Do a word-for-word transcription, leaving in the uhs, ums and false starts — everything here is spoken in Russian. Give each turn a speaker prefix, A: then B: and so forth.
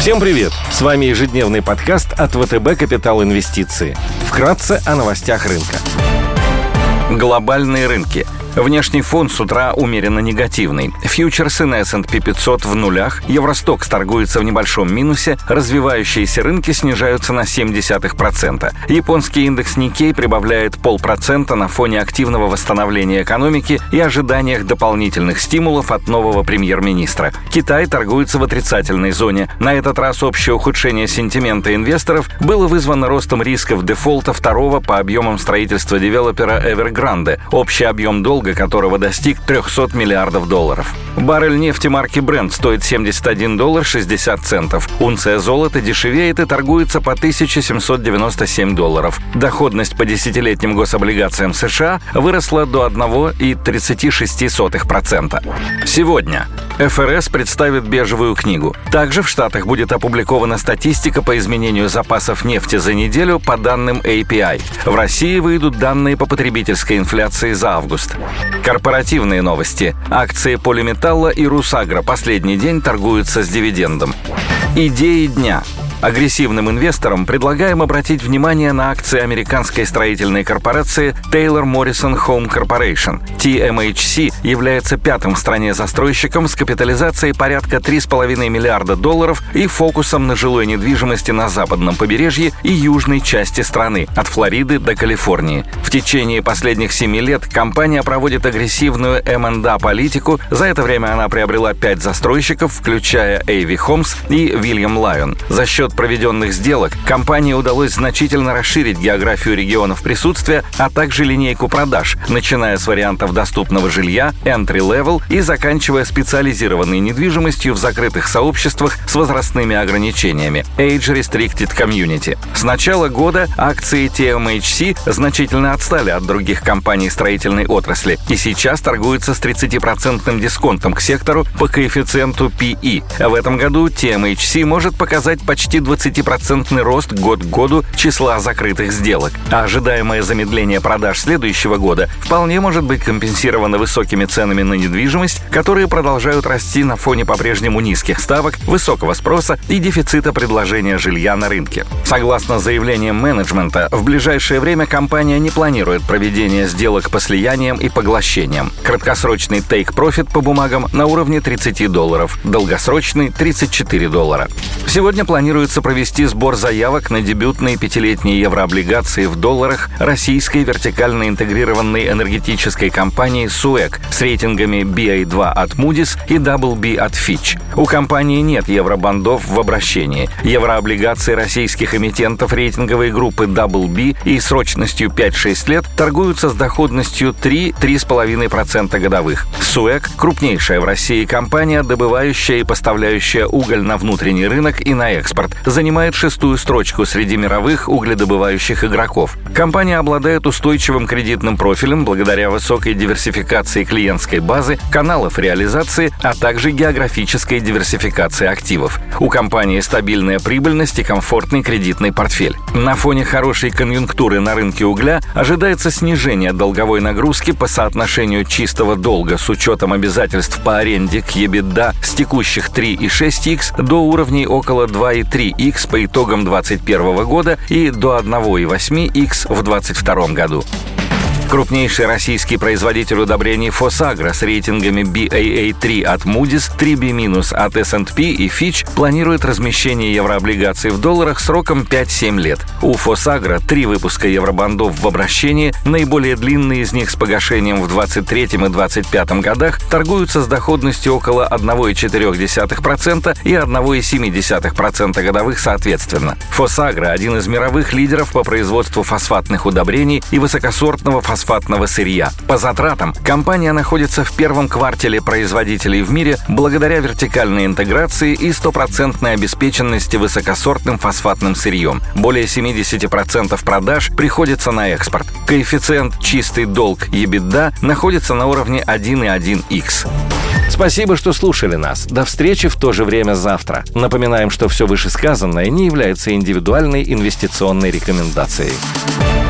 A: Всем привет! С вами ежедневный подкаст от вэ тэ бэ «Капитал Инвестиции». Вкратце о новостях рынка.
B: Глобальные рынки. Внешний фон с утра умеренно негативный. Фьючерсы на эс энд пи пятьсот в нулях, Евростокс торгуется в небольшом минусе, развивающиеся рынки снижаются на ноль целых семь десятых процента. Японский индекс Никкей прибавляет полпроцента на фоне активного восстановления экономики и ожиданиях дополнительных стимулов от нового премьер-министра. Китай торгуется в отрицательной зоне. На этот раз общее ухудшение сентимента инвесторов было вызвано ростом рисков дефолта второго по объемам строительства девелопера Evergrande. Общий объем долга которого достиг триста миллиардов долларов. Баррель нефти марки Brent стоит семьдесят один доллар шестьдесят центов. Унция золота дешевеет и торгуется по тысяча семьсот девяносто семь долларов. Доходность по десятилетним гособлигациям США выросла до одна целых тридцать шесть сотых процента. Сегодня эф эр эс представит бежевую книгу. Также в Штатах будет опубликована статистика по изменению запасов нефти за неделю по данным эй пи ай. В России выйдут данные по потребительской инфляции за август. Корпоративные новости. Акции Полиметалла и Русагра последний день торгуются с дивидендом. Идеи дня. Агрессивным инвесторам предлагаем обратить внимание на акции американской строительной корпорации Taylor Morrison Home Corporation. ти эм эйч си является пятым в стране застройщиком с капитализацией порядка три с половиной миллиарда долларов и фокусом на жилой недвижимости на западном побережье и южной части страны, от Флориды до Калифорнии. В течение последних семи лет компания проводит агрессивную эм энд а-политику. За это время она приобрела пять застройщиков, включая эй ви Homes и William Lyon. За счет проведенных сделок компании удалось значительно расширить географию регионов присутствия, а также линейку продаж, начиная с вариантов доступного жилья, entry-level и заканчивая специализированной недвижимостью в закрытых сообществах с возрастными ограничениями Age Restricted Community. С начала года акции ти эм эйч си значительно отстали от других компаний строительной отрасли и сейчас торгуются с тридцатипроцентным дисконтом к сектору по коэффициенту пи и. В этом году ти эм эйч си может показать почти двадцатипроцентный рост год к году числа закрытых сделок. А ожидаемое замедление продаж следующего года вполне может быть компенсировано высокими ценами на недвижимость, которые продолжают расти на фоне по-прежнему низких ставок, высокого спроса и дефицита предложения жилья на рынке. Согласно заявлениям менеджмента, в ближайшее время компания не планирует проведение сделок по слияниям и поглощениям. Краткосрочный take-profit по бумагам на уровне тридцать долларов, долгосрочный – тридцать четыре доллара. Сегодня планируется провести сбор заявок на дебютные пятилетние еврооблигации в долларах российской вертикально интегрированной энергетической компании суэк с рейтингами би эй два от Moody's и дабл би от Fitch. У компании нет евробандов в обращении. Еврооблигации российских эмитентов рейтинговой группы дабл би и срочностью пять-шесть лет торгуются с доходностью три - три с половиной процента годовых. суэк – крупнейшая в России компания, добывающая и поставляющая уголь на внутренний рынок и на экспорт, занимает шестую строчку среди мировых угледобывающих игроков. Компания обладает устойчивым кредитным профилем благодаря высокой диверсификации клиентской базы, каналов реализации, а также географической диверсификации активов. У компании стабильная прибыльность и комфортный кредитный портфель. На фоне хорошей конъюнктуры на рынке угля ожидается снижение долговой нагрузки по соотношению чистого долга с учетом обязательств по аренде к EBITDA с текущих три и шесть икс до уровней около два и три икс по итогам двадцать первого года и до один и восемь икс в двадцать втором году. Крупнейший российский производитель удобрений Фосагро с рейтингами би эй эй три от Moody's, три би минус от эс энд пи и Fitch планирует размещение еврооблигаций в долларах сроком пять-семь лет. У Фосагро три выпуска евробандов в обращении, наиболее длинные из них с погашением в двадцать третьем и двадцать пятом годах, торгуются с доходностью около одна целых четыре десятых процента и одна целых семь десятых процента годовых соответственно. Фосагро – один из мировых лидеров по производству фосфатных удобрений и высокосортного фосфатного фосфатного сырья. По затратам компания находится в первом квартале производителей в мире благодаря вертикальной интеграции и стопроцентной обеспеченности высокосортным фосфатным сырьем. Более семьдесят процентов продаж приходится на экспорт. Коэффициент чистый долг EBITDA находится на уровне один и один икс.
A: Спасибо, что слушали нас. До встречи в то же время завтра. Напоминаем, что все вышесказанное не является индивидуальной инвестиционной рекомендацией.